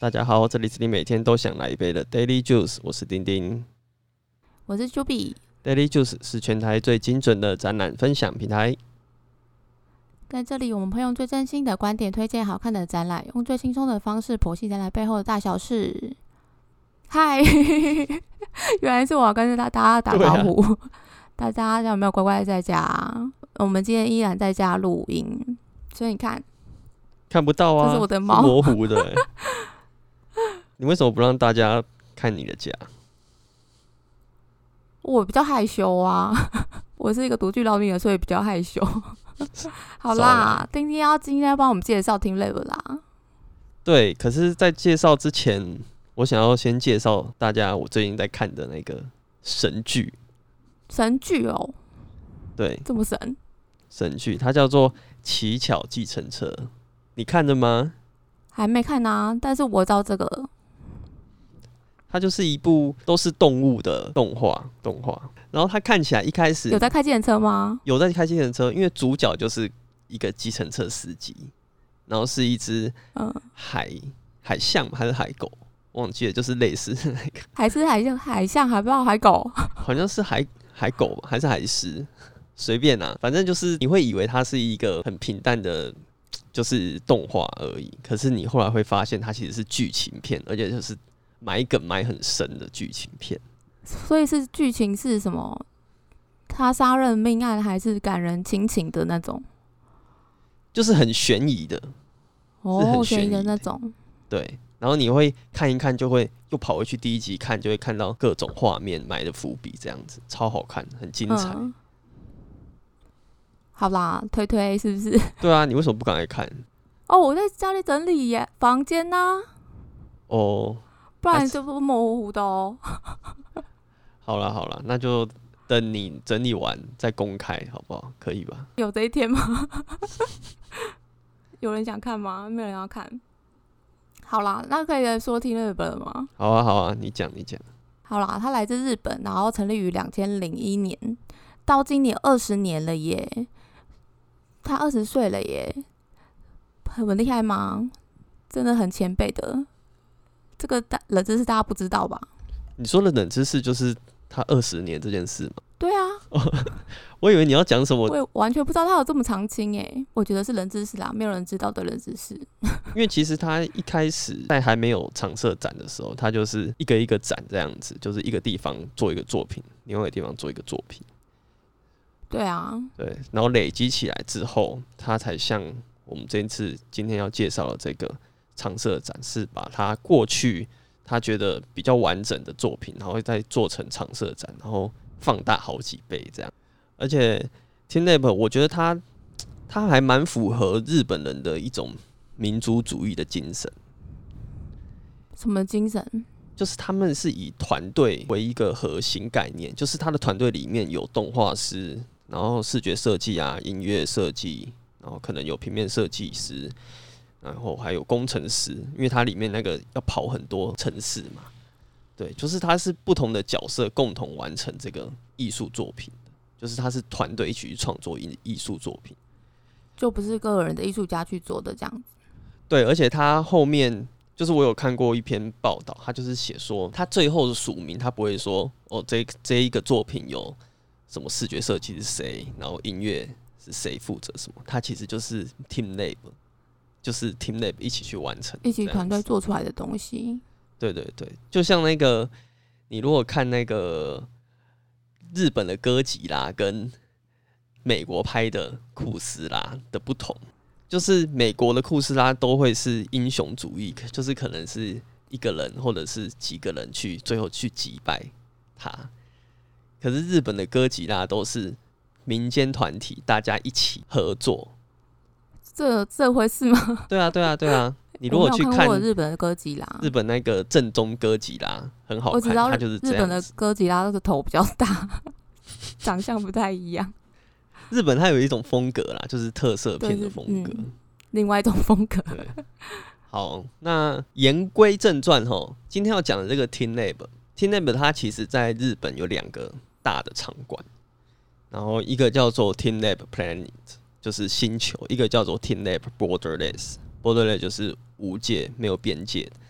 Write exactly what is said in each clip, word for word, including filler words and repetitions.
大家好，这里是你每天都想来一杯的 Daily Juice， 我是丁丁， 我是 Juby。Daily Juice 是全台最精准的展览分享平台， 在这里我们会用最真心的观点推荐好看的展览，用最轻松的方式剖析展览背后的大小事。嗨，原来是我要跟大家打招呼，啊、大家有没有乖乖在家？我们今天依然在家录音，所以你看看不到啊， 这是我的猫， 模糊的。你为什么不让大家看你的家？ 我比较害羞啊，我是一个独居老女人，所以比较害羞。好啦，丁丁要今天要帮我们介绍TeamLab啦。 对，可是，在介绍之前，我想要先介绍大家我最近在看的那个神剧。 神剧哦？ 对， 这么神？ 神剧，它叫做《奇巧计程车》，你看了吗？ 还没看啊，但是我知道这个。 它就是一部都是动物的动画，动画。然后它看起来一开始有在开计程车吗？ 有在开计程车，因为主角就是一个计程车司机，然后是一只海、嗯、海象还是海狗，忘记了，就是类似那个， 还是海象海象，还不知道海狗， 好像是海海狗吧，还是海狮，随便啊，反正就是你会以为它是一个很平淡的，就是动画而已，可是你后来会发现它其实是剧情片，而且就是埋梗埋很深的剧情片。 所以是剧情是什么？他杀人命案还是感人亲情的那种？ 就是很悬疑的， 哦， 是很悬疑的那种。 对，然后你会看一看，就会又跑回去第一集看，就会看到各种画面埋的伏笔，这样子超好看，很精彩。嗯、 好啦，推推是不是？ 对啊，你为什么不赶快看？ 哦，我在家里整理耶房间呐、啊。 哦。 不然就不模糊的哦。 好啦好啦，那就等你整理完再公开，好不好？可以吧？ 有这一天吗？有人想看吗？没有人要看。好啦，那可以来说TeamLab了吗？ 好啊好啊，你讲你讲。 好啦，他来自日本，然后成立于两千零一年，到今年二十年了耶。他二十岁了耶，很厉害吗？真的很前辈的。这个冷知识大家不知道吧？ 你说的冷知识就是他二十年这件事吗？ 对啊。 我以为你要讲什么， 我完全不知道他有这么长青哎，我觉得是冷知识啦，没有人知道的冷知识。 因为其实他一开始在还没有常设展的时候，他就是一个一个展这样子，就是一个地方做一个作品，另外一个地方做一个作品。 对啊， 对，然后累积起来之后，他才像我们这一次今天要介绍的这个常设展，是把他过去他觉得比较完整的作品，然后再做成常设展，然后放大好几倍这样。而且 TeamLab 我觉得他他还蛮符合日本人的一种民族主义的精神。 什么精神？ 就是他们是以团队为一个核心概念，就是他的团队里面有动画师，然后视觉设计啊、音乐设计，然后可能有平面设计师。然后还有工程师，因为它里面那个要跑很多程式嘛，对，就是它是不同的角色共同完成这个艺术作品的，就是它是团队一起去创作艺术作品， 就不是个人的艺术家去做的这样子。 对，而且他后面就是我有看过一篇报道，他就是写说，他最后的署名他不会说哦，这这一个作品有什么视觉设计是谁，然后音乐是谁负责什么，他其实就是 TeamLab。就是 TeamLab 一起去完成， 一起团队做出来的东西。 对对对，就像那个，你如果看那个日本的哥吉拉跟美国拍的库斯拉的不同，就是美国的库斯拉都会是英雄主义，就是可能是一个人或者是几个人去最后去击败他，可是日本的哥吉拉都是民间团体，大家一起合作。 这这回事吗？ 对啊，对啊，对啊！你如果去看日本的哥吉拉， 日本那个正宗哥吉拉很好看，我知道它就是这样子。 日本的哥吉拉的头比较大，长相不太一样。 日本它有一种风格啦，就是特色片的风格， 嗯、另外一种风格。 好，那言归正传吼，今天要讲的这个 TeamLab，TeamLab 它其实在日本有两个大的场馆，然后一个叫做 TeamLab Planet。就是星球，一个叫做 TeamLab Borderless，Borderless 就是无界没有边界的。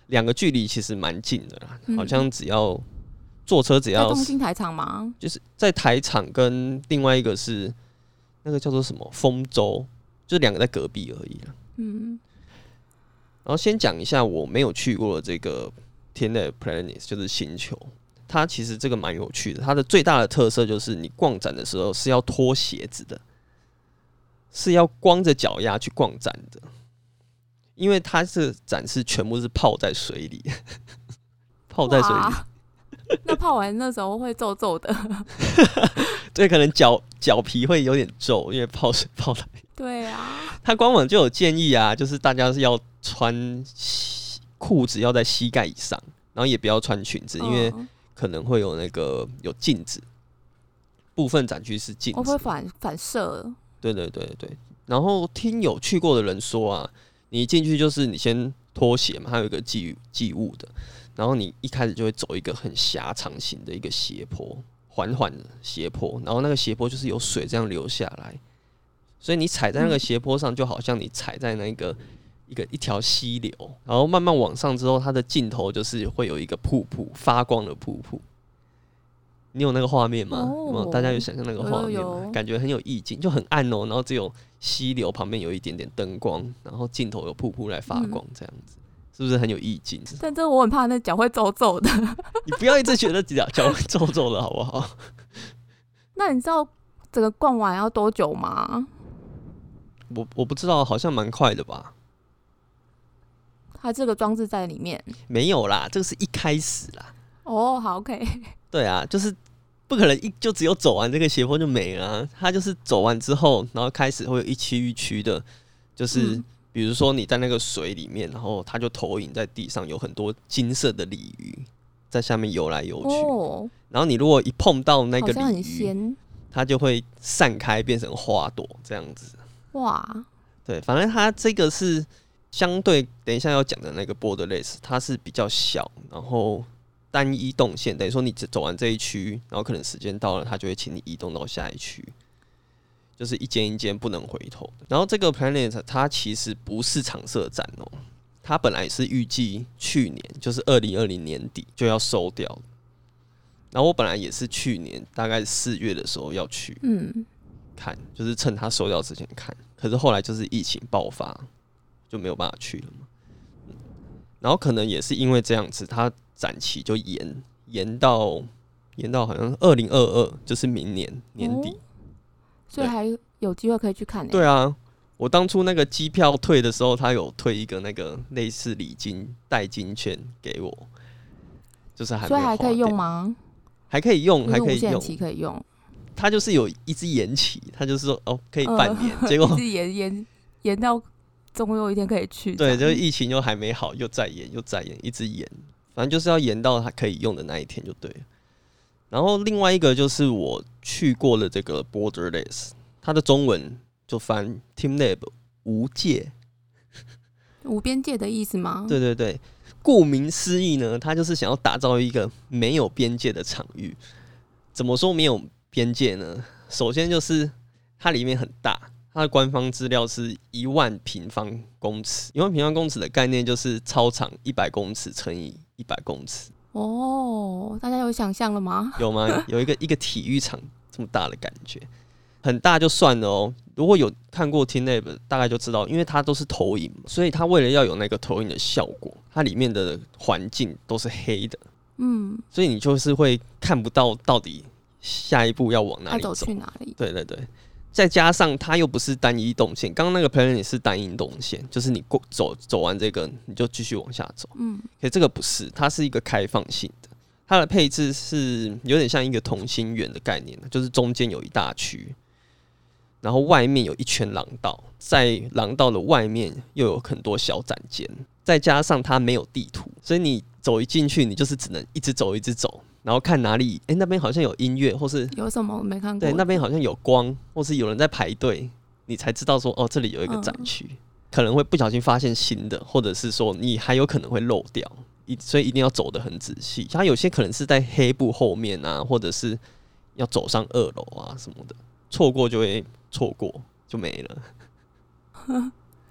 两个距离其实蛮近的啦，嗯、好像只要坐车只要在东京台场吗？ 就是在台场跟另外一个是那个叫做什么丰州，就两个在隔壁而已啦。嗯，然后先讲一下我没有去过的这个 TeamLab Planet， 就是星球。它其实这个蛮有趣的，它的最大的特色就是你逛展的时候是要脱鞋子的，是要光着脚丫去逛展的。因为它这展示全部是泡在水里，泡在水里， 那泡完那时候会皱皱的， 对，可能脚脚皮会有点皱，因为泡水泡在。 对啊， 它官网就有建议啊，就是大家是要穿裤子要在膝盖以上，然后也不要穿裙子，因为可能会有那个有镜子，部分展区是镜子， 我会反反射。 对对对对，然后听有去过的人说啊。你一进去就是你先脱鞋嘛，它有一个寄寄物的，然后你一开始就会走一个很狭长型的一个斜坡，缓缓的斜坡，然后那个斜坡就是有水这样流下来，所以你踩在那个斜坡上，就好像你踩在那个一个一条溪流，然后慢慢往上之后，它的尽头就是会有一个瀑布，发光的瀑布。你有那个画面吗？哦、有没有大家有想象那个画面吗？感觉很有意境，就很暗哦、喔，然后只有溪流旁边有一点点灯光，然后尽头有瀑布来发光，这样子、嗯、是不是很有意境？ 但这我很怕那脚会皱皱的。 你不要一直觉得脚脚会皱皱的好不好？ 那你知道整个逛完要多久吗？ 我我不知道，好像蛮快的吧。 它这个装置在里面？ 没有啦，这个是一开始啦。 哦，好 ，OK。 对啊，就是不可能一就只有走完这个斜坡就没了、啊。它就是走完之后，然后开始会有一区一区的，就是、嗯、比如说你在那个水里面，然后它就投影在地上，有很多金色的鲤鱼在下面游来游去。哦、然后你如果一碰到那个鲤鱼，它就会散开变成花朵这样子。哇！对，反正它这个是相对等一下要讲的那个 Borderless， 它是比较小，然后。单一动线，等于说你走完这一区，然后可能时间到了，它就会请你移动到下一区，就是一间一间不能回头。然后这个 Planet 它其实不是常设展哦、喔，它本来是预计去年就是二零二零年底就要收掉。然后我本来也是去年大概四月的时候要去，嗯，看就是趁它收掉之前看，可是后来就是疫情爆发，就没有办法去了嘛。然后可能也是因为这样子，它展期就延延到延到好像二零二二，就是明年年底、哦， 所以还有机会可以去看、欸。 对啊，我当初那个机票退的时候，他有退一个那个类似礼金代金券给我，就是还没有花掉， 所以还可以用吗？ 还可以用，还可以用， 无限期可以用。 他就是有一直延期，他就是说哦可以半年，呃、结果一直延延延到总有一天可以去。 对，就是疫情又还没好，又再延又再延，一直延。反正就是要延到它可以用的那一天就对了。然后另外一个就是我去过的这个 Borderless， 它的中文就翻 TeamLab 无界， 无边界的意思吗？ 对对对，顾名思义呢，它就是想要打造一个没有边界的场域。怎么说没有边界呢？首先就是它里面很大。它的官方资料是一万平方公尺，一万平方公尺的概念就是操场一百公尺乘以一百公尺。 哦，大家有想象了吗？ 有吗？有一个一个体育场这么大的感觉，很大就算了哦。如果有看过 TeamLab， 大概就知道，因为它都是投影，所以它为了要有那个投影的效果，它里面的环境都是黑的。嗯，所以你就是会看不到到底下一步要往哪里走， 走去哪里？ 对对对。再加上它又不是单一动线，刚刚那个 Planet 是单一动线，就是你过走走完这个，你就继续往下走。嗯，可是这个不是，它是一个开放性的，它的配置是有点像一个同心圆的概念，就是中间有一大区，然后外面有一圈廊道，在廊道的外面又有很多小展间，再加上它没有地图，所以你走一进去，你就是只能一直走一直走。然后看哪里，哎、欸，那边好像有音乐，或是有什么我没看过？ 对，那边好像有光，或是有人在排队，你才知道说，哦，这里有一个展区、嗯，可能会不小心发现新的，或者是说你还有可能会漏掉，所以一定要走得很仔细。像有些可能是在黑布后面啊，或者是要走上二楼啊什么的，错过就会错过，就没了。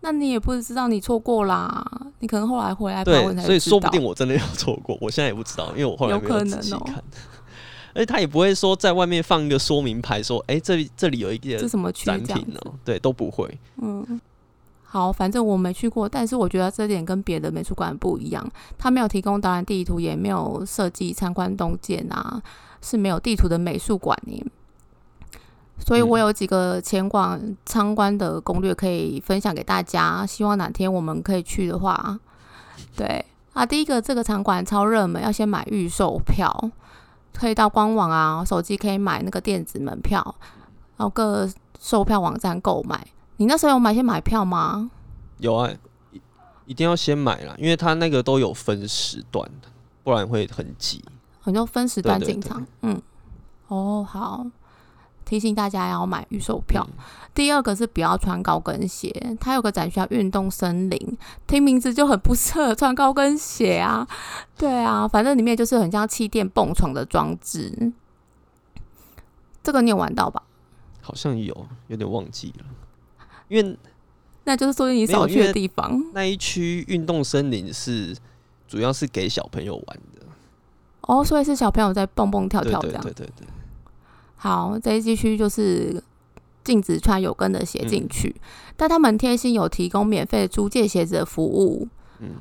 那你也不知道你错过啦，你可能后来回来对， 爬文才知道， 所以说不定我真的有错过，我现在也不知道，因为我后来没有仔细看。哦、而且他也不会说在外面放一个说明牌说，哎、欸，这里这里有一个展品哦、喔，对，都不会。嗯， 好，反正我没去过，但是我觉得这点跟别的美术馆不一样，他没有提供导览地图，也没有设计参观动线啊，是没有地图的美术馆耶。所以我有几个前往参观的攻略可以分享给大家，希望哪天我们可以去的话，对啊，第一个这个场馆超热门，要先买预售票，可以到官网啊，手机可以买那个电子门票，然后各售票网站购买。你那时候有买先买票吗？ 有啊，一定要先买啦，因为它那个都有分时段，不然会很挤。 很多分时段进场，嗯，哦，好。提醒大家要买预售票、嗯。第二个是不要穿高跟鞋，它有个展区叫运动森林，听名字就很不适合穿高跟鞋啊。对啊，反正里面就是很像气垫蹦床的装置。这个你有玩到吧？ 好像有，有点忘记了，因为那就是说你少去的地方。 那一区运动森林是主要是给小朋友玩的。 哦，所以是小朋友在蹦蹦跳跳这样。 对对对对对。 好，这一区就是禁止穿有跟的鞋进去、嗯，但他们贴心有提供免费租借鞋子的服务，嗯，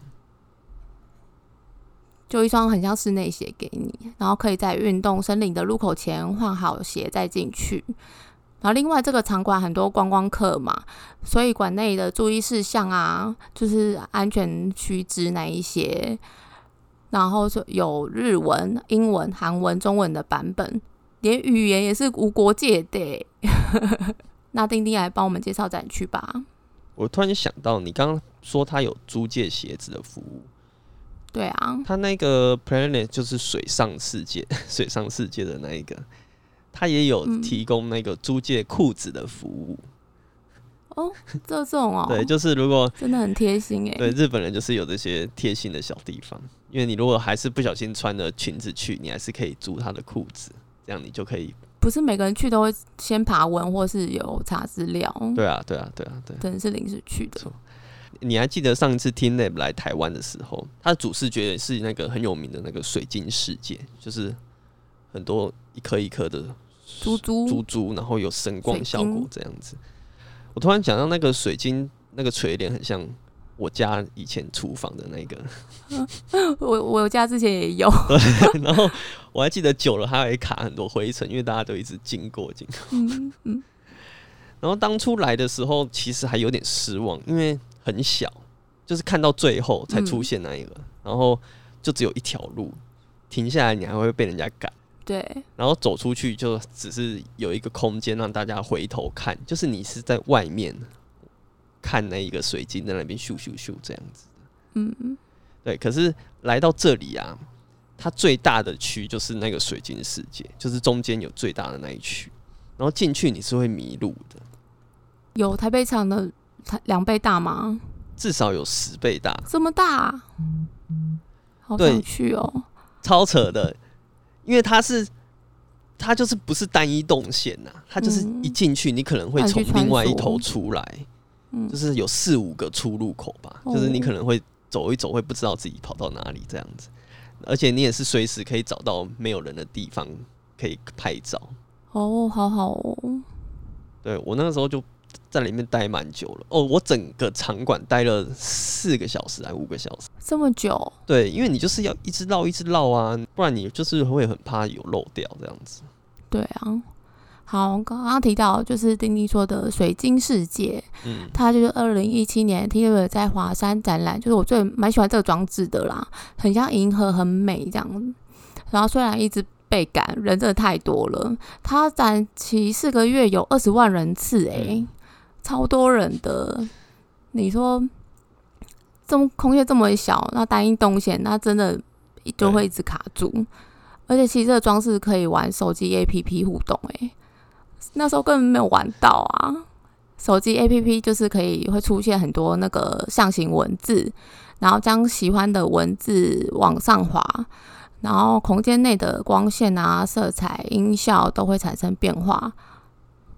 就一双很像室内鞋给你，然后可以在运动森林的入口前换好鞋再进去。然后另外这个场馆很多观光客嘛，所以馆内的注意事项啊，就是安全须知那一些，然后有日文、英文、韩文、中文的版本。连语言也是无国界的那丁丁来帮我们介绍展区吧。 我突然想到，你刚刚说他有租借鞋子的服务。 对啊， 他那个 Planet 就是水上世界，水上世界的那一个，他也有提供那个租借裤子的服务。 嗯、哦，这种哦， 对，就是如果真的很贴心哎。 对，日本人就是有这些贴心的小地方，因为你如果还是不小心穿了裙子去，你还是可以租他的裤子。这样你就可以， 不是每个人去都会先爬文或是有查资料。 对啊，对啊，对啊，对， 可能是临时去的。 你还记得上一次 TeamLab 来台湾的时候，它的主视觉是那个很有名的那个水晶世界，就是很多一颗一颗的珠珠珠珠，然后有声光效果这样子。我突然讲到那个水晶那个垂帘，很像我家以前厨房的那个。 我我家之前也有。 对，然后我还记得久了还会卡很多灰尘，因为大家都一直经过经过。嗯嗯。然后当初来的时候，其实还有点失望，因为很小，就是看到最后才出现那一个，嗯、然后就只有一条路，停下来你还会被人家赶。 对。然后走出去就只是有一个空间让大家回头看，就是你是在外面看那一个水晶在那边咻咻咻这样子。嗯嗯。对，可是来到这里啊，它最大的区就是那个水晶世界，就是中间有最大的那一区，然后进去你是会迷路的。 有台北场的两倍大吗？ 至少有十倍大。 这么大、啊？好想去哦！ 超扯的，因为它是它就是不是单一动线呐、啊，它就是一进去你可能会从另外一头出来，嗯、就是有四五个出入口吧，嗯、就是你可能会。走一走会不知道自己跑到哪里这样子，而且你也是随时可以找到没有人的地方可以拍照。 哦，好好哦。 对，我那个时候就在里面待蛮久了。哦，我整个场馆待了四个小时还五个小时。 这么久？ 对，因为你就是要一直绕一直绕啊，不然你就是会很怕有漏掉这样子。 对啊。好，刚刚提到就是丁丁说的水晶世界，嗯，它就是二零一七年 T W 在华山展览，就是我最蛮喜欢这个装置的啦，很像银河，很美这样。然后虽然一直被赶，人真的太多了，它展期四个月有二十万人次、欸，哎，超多人的。你说这么空间这么小，那单一动线，那真的就会一直卡住。而且其实这个装置可以玩手机 A P P 互动、欸，哎。那时候根本没有玩到啊！手机 A P P 就是可以会出现很多那个象形文字，然后将喜欢的文字往上滑，然后空间内的光线啊、色彩、音效都会产生变化。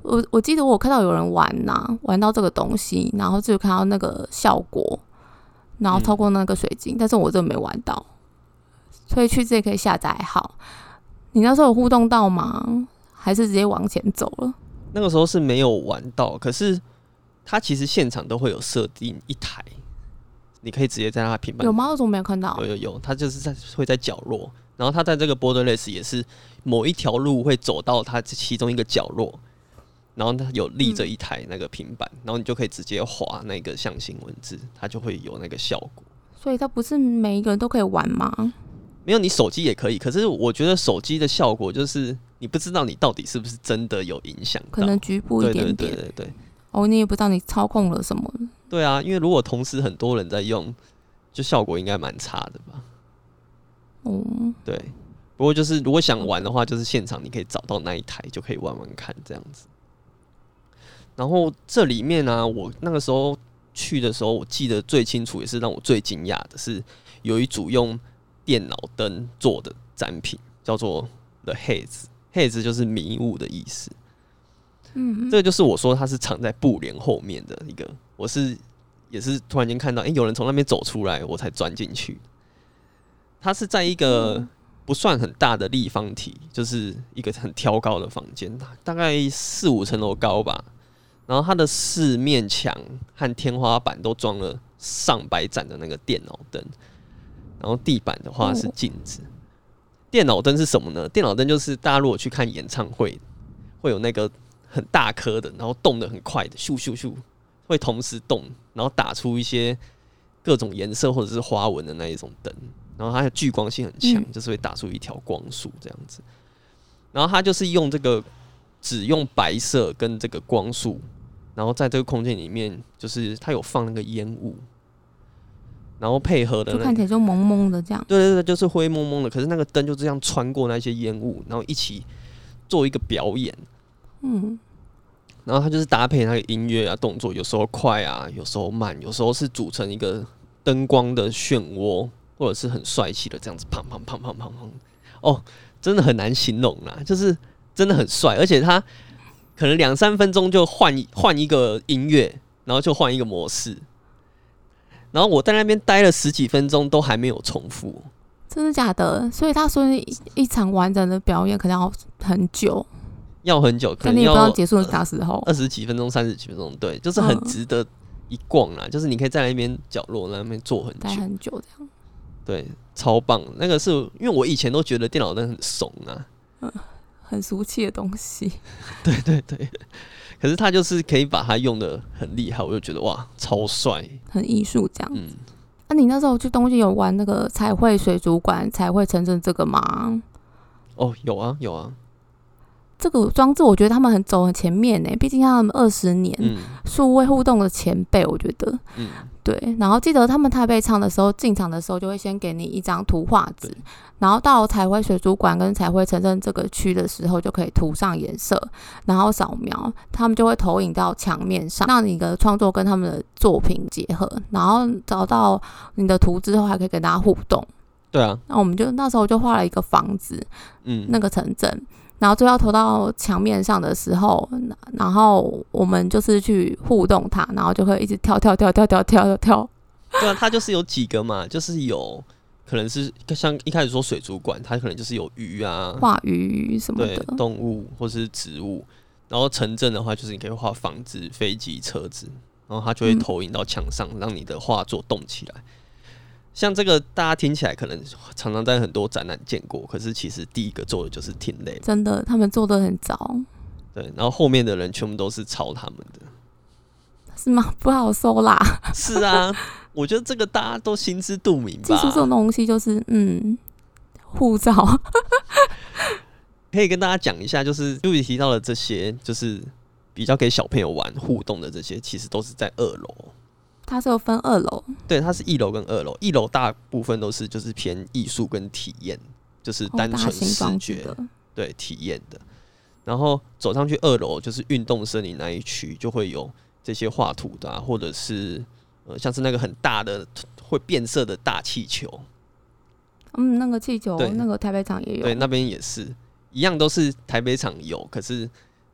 我我记得我有看到有人玩呐、啊，玩到这个东西，然后就有看到那个效果，然后透过那个水晶，嗯、但是我真的没玩到，所以去这里可以下载好。你那时候有互动到吗？还是直接往前走了？ 那个时候是没有玩到，可是它其实现场都会有设定一台，你可以直接在它平板。 有吗？我怎么没有看到？ 有有有，它就是在会在角落，然后它在这个 Borderless 也是某一条路会走到它其中一个角落。然后它有立着一台那个平板、嗯，然后你就可以直接滑那个象形文字，它就会有那个效果。 所以它不是每一个人都可以玩吗？ 没有，你手机也可以。可是我觉得手机的效果就是你不知道你到底是不是真的有影响到， 可能局部一点点。 对对对对对。 哦，你也不知道你操控了什么。 对啊，因为如果同时很多人在用，就效果应该蛮差的吧。 哦。对。 不过就是如果想玩的话，就是现场你可以找到那一台，就可以玩玩看这样子。然后这里面呢、啊，我那个时候去的时候，我记得最清楚，也是让我最惊讶的是，有一组用电脑灯做的展品，叫做 The Haze。Haze 就是迷雾的意思。嗯，这个就是我说它是藏在布帘后面的一个。我是也是突然间看到，哎、欸，有人从那边走出来，我才钻进去。它是在一个不算很大的立方体，就是一个很挑高的房间，大概四五层楼高吧。然后它的四面墙和天花板都装了上百盏的那个电脑灯，然后地板的话是镜子。电脑灯是什么呢？电脑灯就是大家如果去看演唱会，会有那个很大颗的，然后动得很快的，咻咻咻，会同时动，然后打出一些各种颜色或者是花纹的那一种灯。然后它的聚光性很强、嗯，就是会打出一条光束这样子。然后它就是用这个只用白色跟这个光束。然后在这个空间里面，就是它有放那个烟雾，然后配合的、那個， 就看起来就蒙蒙的这样。 对对对，就是灰蒙蒙的。可是那个灯就这样穿过那些烟雾，然后一起做一个表演。嗯，然后它就是搭配那个音乐啊、动作，有时候快啊，有时候慢，有时候是组成一个灯光的漩涡，或者是很帅气的这样子，砰砰砰砰砰砰。哦，真的很难形容啦，就是真的很帅，而且它。可能两三分钟就换换一个音乐，然后就换一个模式，然后我在那边待了十几分钟，都还没有重复。 真的假的？所以他说一一场完整的表演可能要很久， 要很久，可能要但你也不知道结束是啥时候， 二十几分钟、三十几分钟，对，就是很值得一逛啦。嗯、就是你可以在那边角落那边坐很久， 待很久这样。 对，超棒。那个是因为我以前都觉得电脑灯很怂啊。 嗯，很俗气的东西， 对对对，可是他就是可以把它用的很厉害，我就觉得哇，超帅， 很艺术这样子。嗯，啊，你那时候去东京有玩那个彩绘水族馆、彩绘城镇这个吗？ 哦，有啊有啊。 这个装置我觉得他们很走很前面呢，毕竟他们二十年数位互动的前辈，我觉得。嗯。对，然后记得他们台北场的时候，进场的时候就会先给你一张图画纸，然后到彩绘水族馆跟彩绘城镇这个区的时候，就可以涂上颜色，然后扫描，他们就会投影到墙面上，让你的创作跟他们的作品结合，然后找到你的图之后，还可以跟大家互动。 对啊， 那我们就那时候就画了一个房子，嗯，那个城镇。然后最后投到墙面上的时候，然后我们就是去互动它，然后就会一直跳跳跳跳跳跳跳。 对啊，它就是有几个嘛，就是有可能是像一开始说水族馆，它可能就是有鱼啊， 画鱼什么的， 对，动物或是植物。然后城镇的话，就是你可以画房子、飞机、车子，然后它就会投影到墙上，嗯、让你的画作动起来。像这个大家听起来可能常常在很多展览见过，可是其实第一个做的就是挺累， 真的，他们做的很早。 对，然后后面的人全部都是抄他们的， 是吗？不好收啦。 是啊，我觉得这个大家都心知肚明吧。 技术这种东西就是嗯，护照。 可以跟大家讲一下，就是 Ruby 提到的这些，就是比较给小朋友玩互动的这些，其实都是在二楼。 它是有分二楼， 对，它是一楼跟二楼。一楼大部分都是就是偏艺术跟体验，就是单纯视觉、哦、对体验的。然后走上去二楼就是运动森林那一区，就会有这些画图的、啊，或者是呃像是那个很大的会变色的大气球。 嗯，那个气球，那个台北场也有。 对，那边也是一样，都是台北场有，可是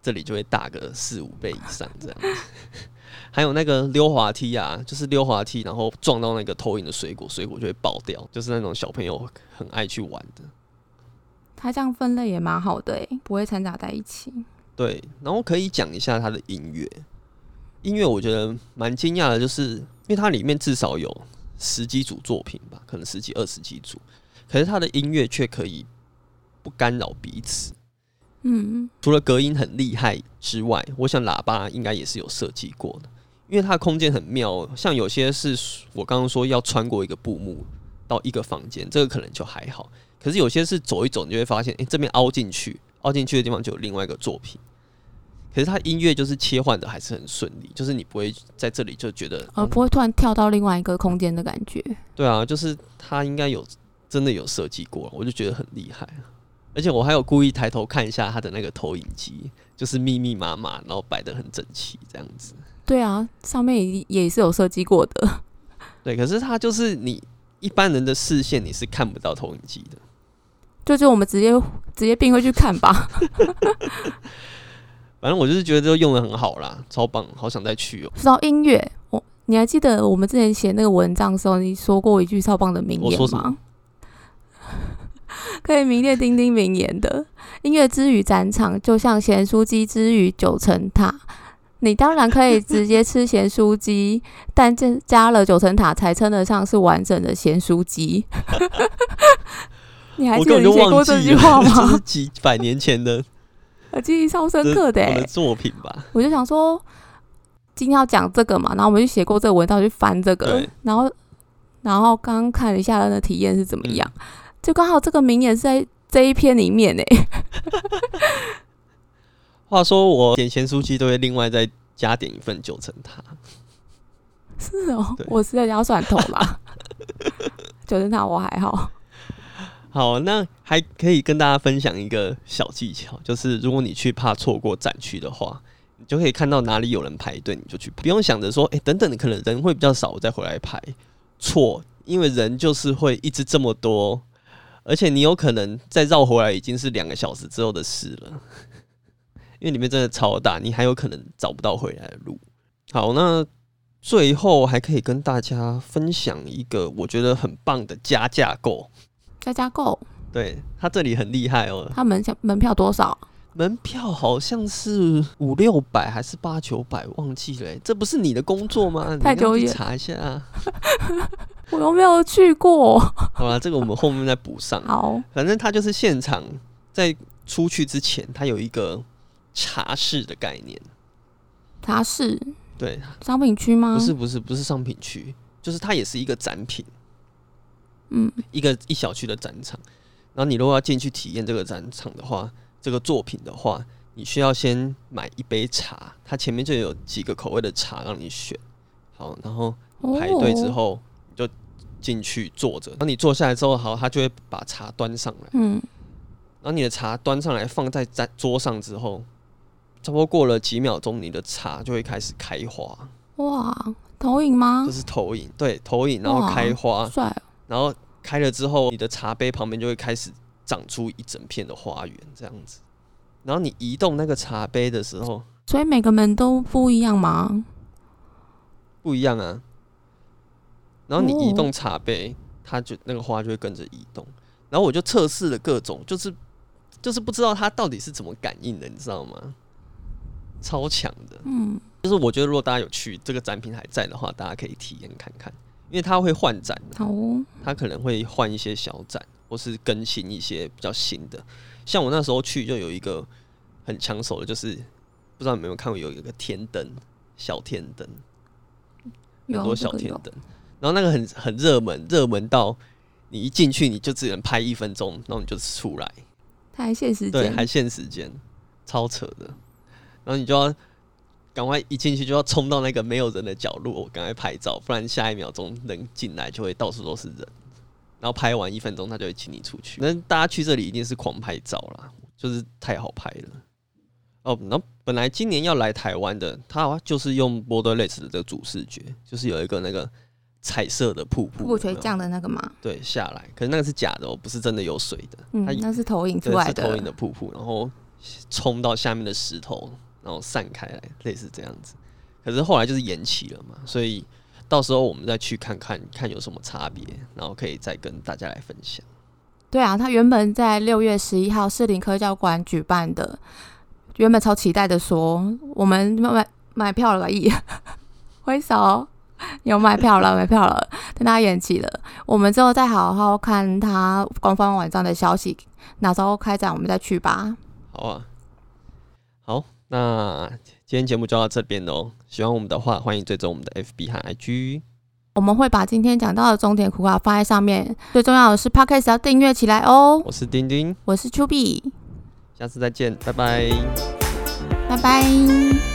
这里就会大个四五倍以上这样子。还有那个溜滑梯啊，就是溜滑梯，然后撞到那个投影的水果，水果就会爆掉，就是那种小朋友很爱去玩的。 它这样分类也蛮好的欸，不会掺杂在一起。 对，然后可以讲一下它的音乐。音乐我觉得蛮惊讶的，就是因为它里面至少有十几组作品吧，可能十几二十几组，可是它的音乐却可以不干扰彼此。嗯，除了隔音很厉害之外，我想喇叭应该也是有设计过的，因为它的空间很妙，像有些是我刚刚说要穿过一个布幕到一个房间，这个可能就还好。可是有些是走一走，你就会发现，哎、欸，这边凹进去，凹进去的地方就有另外一个作品。可是它音乐就是切换的还是很顺利，就是你不会在这里就觉得， 而不会突然跳到另外一个空间的感觉。 对啊，就是它应该有真的有设计过，我就觉得很厉害。而且我还有故意抬头看一下它的那个投影机，就是密密麻麻，然后摆得很整齐这样子。 对啊，上面也是有设计过的。 对，可是它就是你一般人的视线你是看不到投影机的， 就就我们直接直接并回去看吧。 反正我就是觉得都用得很好啦，超棒，好想再去哦、喔。 说到音乐，我你还记得我们之前写那个文章的时候，你说过一句超棒的名言吗？ 我说什么？ 可以名列丁丁名言的。音乐之于展场，就像咸酥鸡之于九层塔。你当然可以直接吃咸酥鸡，但加了九层塔才称得上是完整的咸酥鸡。你还记得你写过这句话吗？ 这是几百年前的， 我记忆超深刻的、欸、 我的作品吧。 我就想说，今天要讲这个嘛，然后我们就写过这个文章，去翻这个，然后然后刚刚看了一下他的体验是怎么样。嗯，就刚好这个名言是在这一篇里面诶、欸。 话说我点咸酥鸡都会另外再加点一份九层塔。 是哦，我是在加蒜头啦。九层塔我还好。 好，那还可以跟大家分享一个小技巧，就是如果你去怕错过展区的话，你就可以看到哪里有人排队，你就去排，不用想着说，哎、欸，等等，可能人会比较少，我再回来排。错，因为人就是会一直这么多。而且你有可能再绕回来已经是两个小时之后的事了，因为里面真的超大，你还有可能找不到回来的路。好，那最后还可以跟大家分享一个我觉得很棒的加价购。 加价购， 对，它这里很厉害哦。 它门门票多少？ 门票好像是五六百还是八九百，忘记了、欸。这不是你的工作吗？ 太久远， 你查一下、啊。 我又没有去过。 好啦，这个我们后面再补上。 好， 反正它就是现场在出去之前，它有一个茶室的概念。茶室？ 对， 商品区吗？ 不是，不是，不是商品区，就是它也是一个展品。嗯，一个一小区的展场。然后你如果要进去体验这个展场的话，这个作品的话，你需要先买一杯茶，它前面就有几个口味的茶让你选。好，然后排队之后。哦，就进去坐着，然后你坐下来之后，好，他就会把茶端上来。嗯，然后你的茶端上来放在桌上之后，差不多过了几秒钟，你的茶就会开始开花。 哇，投影吗？ 这是投影，对，投影，然后开花，帅哦。然后开了之后，你的茶杯旁边就会开始长出一整片的花园，这样子。然后你移动那个茶杯的时候， 所以每个门都不一样吗？ 不一样啊。然后你移动茶杯，它就那个花就会跟着移动。然后我就测试了各种，就是就是不知道它到底是怎么感应的，你知道吗？超强的，嗯，就是我觉得如果大家有去这个展品还在的话，大家可以体验看看，因为它会换展，好哦，它可能会换一些小展，或是更新一些比较新的。像我那时候去就有一个很抢手的，就是不知道你们有没有看过，有一个天灯，小天灯，很多小天灯。然后那个很很热门，热门到你一进去你就只能拍一分钟，然后你就出来。 它还限时间， 对，还限时间，超扯的。然后你就要赶快一进去就要冲到那个没有人的角落，我赶快拍照，不然下一秒钟人进来就会到处都是人。然后拍完一分钟，他就会请你出去。那大家去这里一定是狂拍照啦，就是太好拍了。哦，然后本来今年要来台湾的，他就是用 Borderless 的这个主视觉，就是有一个那个。彩色的瀑布， 瀑布垂降的那个吗？ 对，下来，可是那个是假的哦，不是真的有水的。 嗯，那是投影出来的， 是投影的瀑布。然后冲到下面的石头，然后散开来，类似这样子。可是后来就是延期了嘛，所以到时候我们再去看看看有什么差别，然后可以再跟大家来分享。 对啊，他原本在六月十一号士林科教馆举办的，原本超期待的说，我们买买票了吧？咦，挥手，有买票了，买票了，但他延期了。我们之后再好好看他官方网站的消息，哪时候开展我们再去吧。 好啊，好，那今天节目就到这边喽。喜欢我们的话，欢迎追踪我们的 F B 和 I G。 我们会把今天讲到的重点苦卡放在上面，最重要的是 Podcast 要订阅起来哦。 我是丁丁， 我是 Chubby， 下次再见，拜拜， 拜拜。